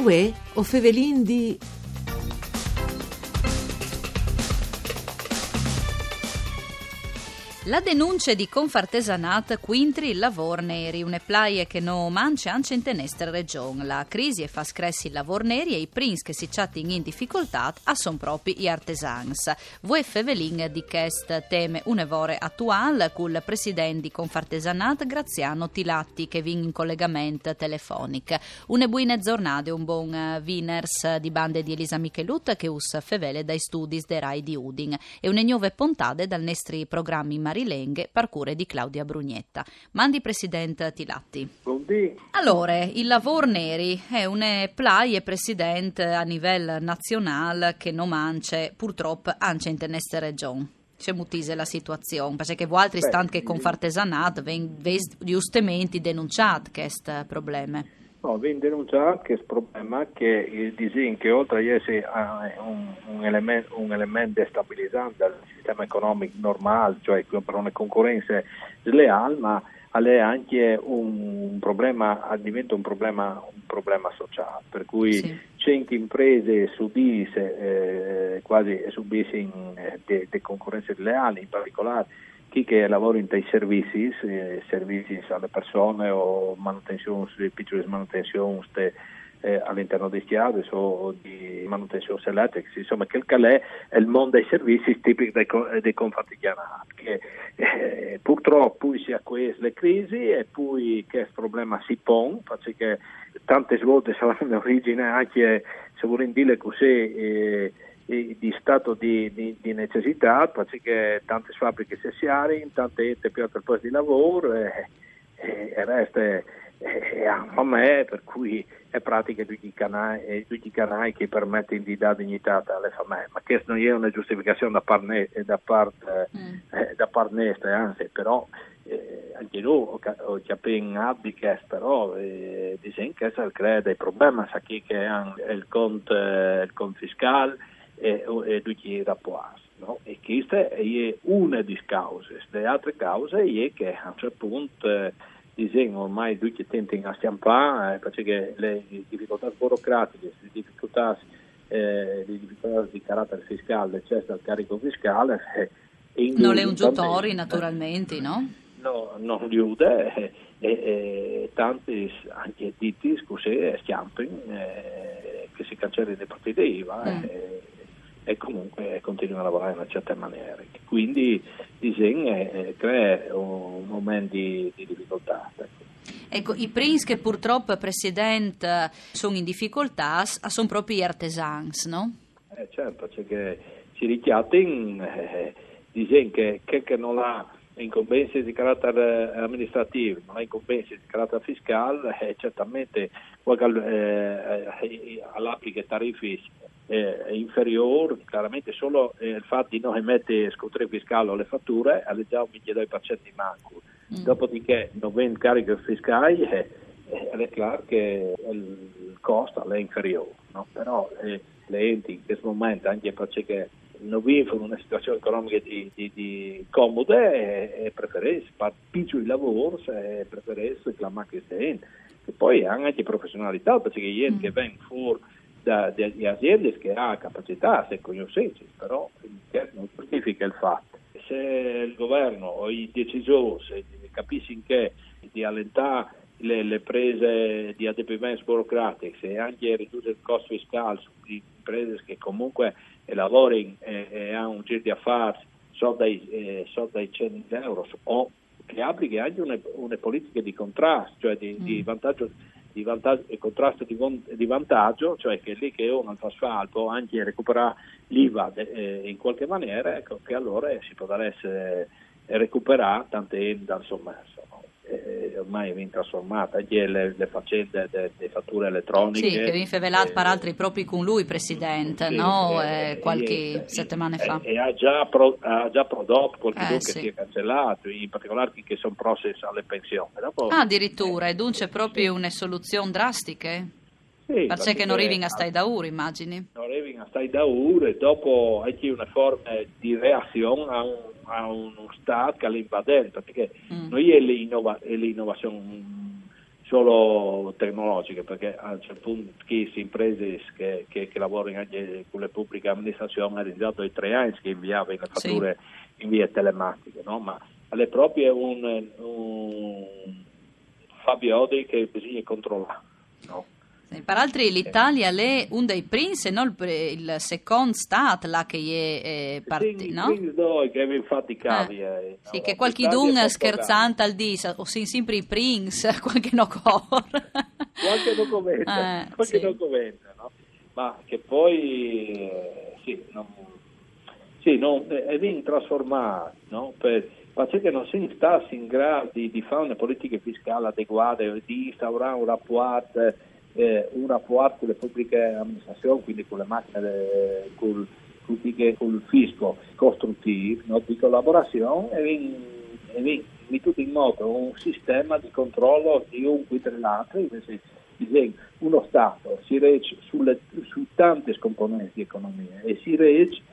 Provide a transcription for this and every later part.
Uè, o Fevelin di... La denuncia di Confartesanat quintri il lavor neri, une plaie che no mance anche in tenester region. La crisi fa scressi il lavor neri e i prins che si chatting in difficoltà a son propri gli artesans. Voi Fevelin di chest teme un evore attuale col presidente di Confartesanat Graziano Tilatti che vin in collegamento telefonico. Une buine giornate, un buon viners di bande di Elisa Michelut che us fevele dai studi de Rai di Udin e une nuove puntate dal nostri programmi Marilenghe, parcure di Claudia Brugnetta. Mandi Presidente Tilatti. Buondì. Allora, il lavoro neri è une plaie Presidente a livello nazionale che non mance purtroppo anche in teneste region. C'è mutise la situazione, perché voi altri stanti che Confartesanat ves giustamente denunciat questo problema. No, viene denunciato questo problema che dicono che oltre a essere un elemento destabilizzante del sistema economico normale, cioè per una concorrenza sleale, ma è anche un problema, diventa un problema sociale, per cui sì. 100 imprese subiscono le concorrenze sleali, in particolare chi che lavora in dei servizi alle persone o manutenzione, piccole manutenzioni all'interno dei chiavi o di manutenzione elettrica, insomma che è il mondo dei servizi tipico dei Confartigianati, che purtroppo si ha queste crisi e poi che problema si pone, perché tante volte saranno origine anche, se vogliamo dire così, di stato di necessità, perché tante fabbriche cessiarie, tante più altre posti di lavoro e resta a me, per cui è pratica tutti i canali che permettono di dare dignità alle famiglie, ma questa non è una giustificazione da parte nostra, anzi, però anche noi ho capito che però dicono che ça crea dei problemi, sa chi che ha il conto fiscale e tutti i rapporti, no? E questa è una delle cause. Le altre cause è che a un certo punto dicono ormai tutti tentano a stampare perché le difficoltà burocratiche, le difficoltà di carattere fiscale, l'eccesso del carico fiscale non è un giutori naturalmente, no? No, non chiude e tanti anche ditti così stampano che si cancellino le partite IVA e comunque continua a lavorare in una certa maniera, quindi crea un momento di difficoltà. Ecco, i prins che purtroppo, Presidente, sono in difficoltà sono proprio gli artesans, no? Certo, perché si richiamano, dicono che non ha incombenze di carattere amministrativo, non ha incombenze di carattere fiscale, certamente all'applica tariffe inferiore, chiaramente solo il fatto di non emettere scontrì fiscale o le fatture è già un 22% di manco. Dopodiché non viene carico fiscale è chiaro che il costo è inferiore, no? Però le enti in questo momento, anche perché non vivono una situazione economica di comode e preferiscono fare piccoli lavori e preferiscono clamare queste enti. E poi anche professionalità, perché gli enti che vengono fuori di aziende che ha capacità, se conoscenze, però non giustifica il fatto. Se il governo o i decisori capiscono che di allentare le prese di adempimenti burocratici e anche ridurre il costo fiscale su imprese che comunque lavorano e hanno un giro di affari so dai 100 euro o che applichi anche una politica di contrasto, cioè di vantaggio e contrasto di vantaggio, cioè che lì che uno fa asfalto anche recuperare l'IVA in qualche maniera, ecco che allora si potrà essere recuperare tante dal sommerso. Ormai viene trasformata anche le faccende delle fatture elettroniche. Sì, che viene fevelat per altri propri con lui, Presidente, sì, no? Qualche settimane fa. E ha già prodotto qualche che sì. si è cancellato, in particolare che sono processi alle pensioni. Dopo, addirittura, e dunque proprio una soluzione drastica? Sì, perché non arrivi a stai da ore, immagini? Non arrivi a stai da ore, e dopo anche una forma di reazione a uno Stato che l'invadente, perché noi è l'innovazione solo tecnologiche, perché a un certo punto chi imprese che lavorano anche con le pubbliche amministrazioni ha realizzato i 3 anni che inviava le fatture in via telematica, no? Ma è proprio un Fabiodi che bisogna controllare, no? Peraltro l'Italia è uno dei primi, no? il secondo Stato là che è partito, no? Che infatti cavi. Sì, che qualcuno scherzante al dì, o sempre i Prince, qualche no cor. Qualche documento, no? Ma che poi è ben trasformato, no? Perché non si sta in grado di fare una politica fiscale adeguata, di instaurare un rapporto con le pubbliche amministrazioni, quindi con le macchine, con il fisco costruttivo, no? Di collaborazione, e viene tutto in moto un sistema di controllo di un qui tra l'altro. Invece uno Stato si regge su tante componenti di economia e si regge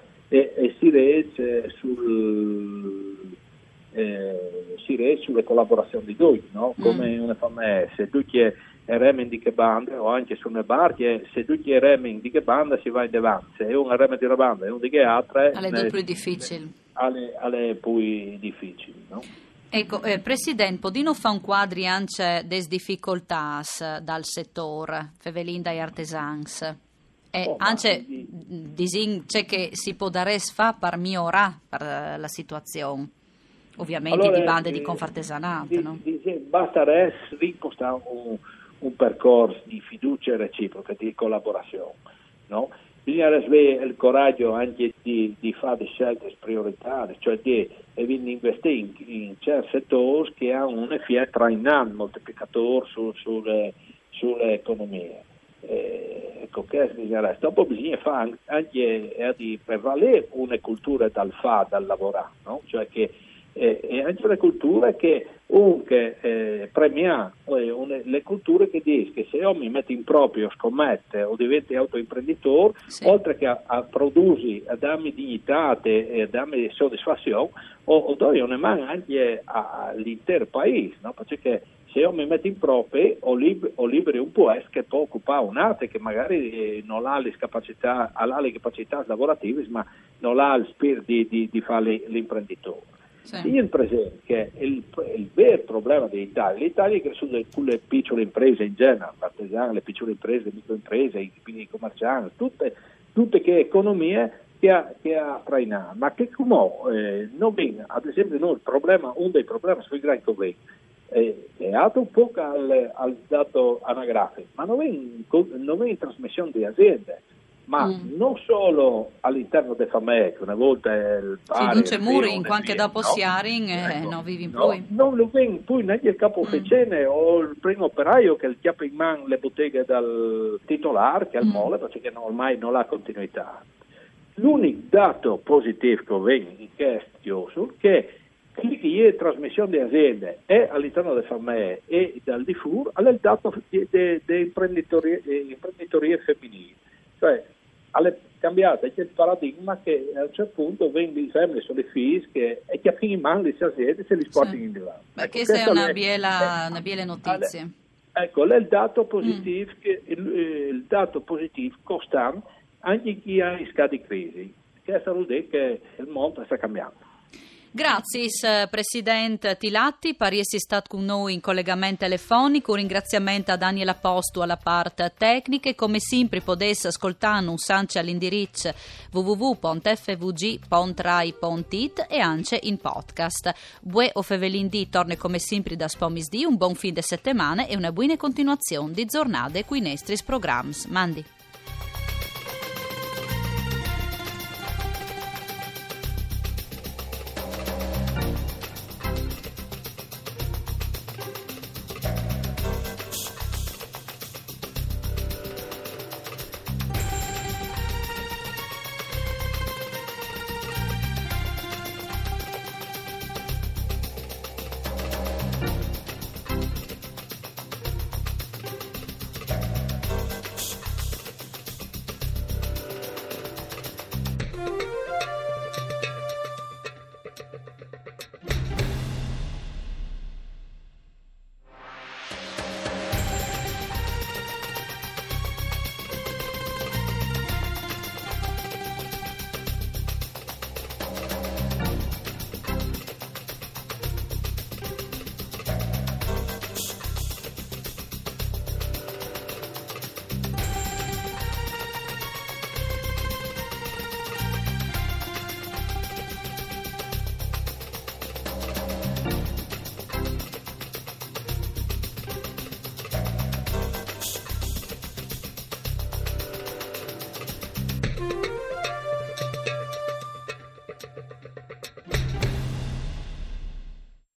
sulle collaborazioni di lui, no? Come una FMS, se tu che è remen di che banda, o anche su una barca, se tu che è remen di che banda si va in davanti, se è un remen di una banda e uno di che altra è più difficile. Alle più difficili, no? Ecco, Presidente, podino fa un quadri anche des difficoltà dal settore fevelinda e artesans. Anche disin c'è che si può dare fa per migliorare per la situazione, ovviamente allora, di bande di confartesanato, no? Basta rimpostare un percorso di fiducia reciproca, di collaborazione, no? Bisogna avere il coraggio anche di fare scelte prioritarie, cioè di investire in certi settori che hanno un effetto trainante, moltiplicatore sulle economie. Ecco, che bisogna dopo bisogna fare anche di prevalere una cultura dal lavorare, no? Cioè che anche le culture che premia le culture che dicono che se io mi metto in proprio, scommette o diventi autoimprenditore, oltre che a produrre, a darmi dignità e a darmi soddisfazione, o do una mano anche all'intero paese, no? Perché se io mi metto in proprio o liberi un puesto che può occupare un altro che magari non ha le capacità lavorative, ma non ha il spirito di fare l'imprenditore. Io presente che il vero problema l'Italia è che sono le piccole imprese in genere, l'artigiano, le piccole imprese, le microimprese, i piccoli commercianti, tutte che economie che ha trainato, ma che come non viene, ad esempio uno dei problemi sui grandi convegni è altro un po' al dato anagrafico, ma non viene in trasmissione di aziende. Ma non solo all'interno delle famiglie, che una volta il padre... non c'è muri, in qualche dopo siaring, non vivi in poi. Non lo viene poi neanche il capo officine o il primo operaio che chiappa in mano le botteghe dal titolare, che è il mole, perché ormai non ha continuità. L'unico dato positivo che viene in questo che la trasmissione di aziende è all'interno delle famiglie e dal di fuori, è il dato di imprenditoria femminile. Cioè, è cambiato, c'è il paradigma che a un certo punto vengono sempre sulle figlie e che a fine mano le aziende se li sportano in divanti. Perché questa è una biela notizia. Ecco, è il dato positivo, il dato positivo costante anche chi ha in scadi di crisi. Questo vuol dire che il mondo sta cambiando. Grazie Presidente Tilatti per essere stato con noi in collegamento telefonico. Un ringraziamento a Daniela Postu alla parte tecnica e come sempre potesse ascoltare un sance all'indirizzo www.fvg.rai.it e anche in podcast. Bue o Fevelindì torna come sempre da Spomisdì, un buon fine settimana e una buona continuazione di giornate qui nostri programmi. Mandi.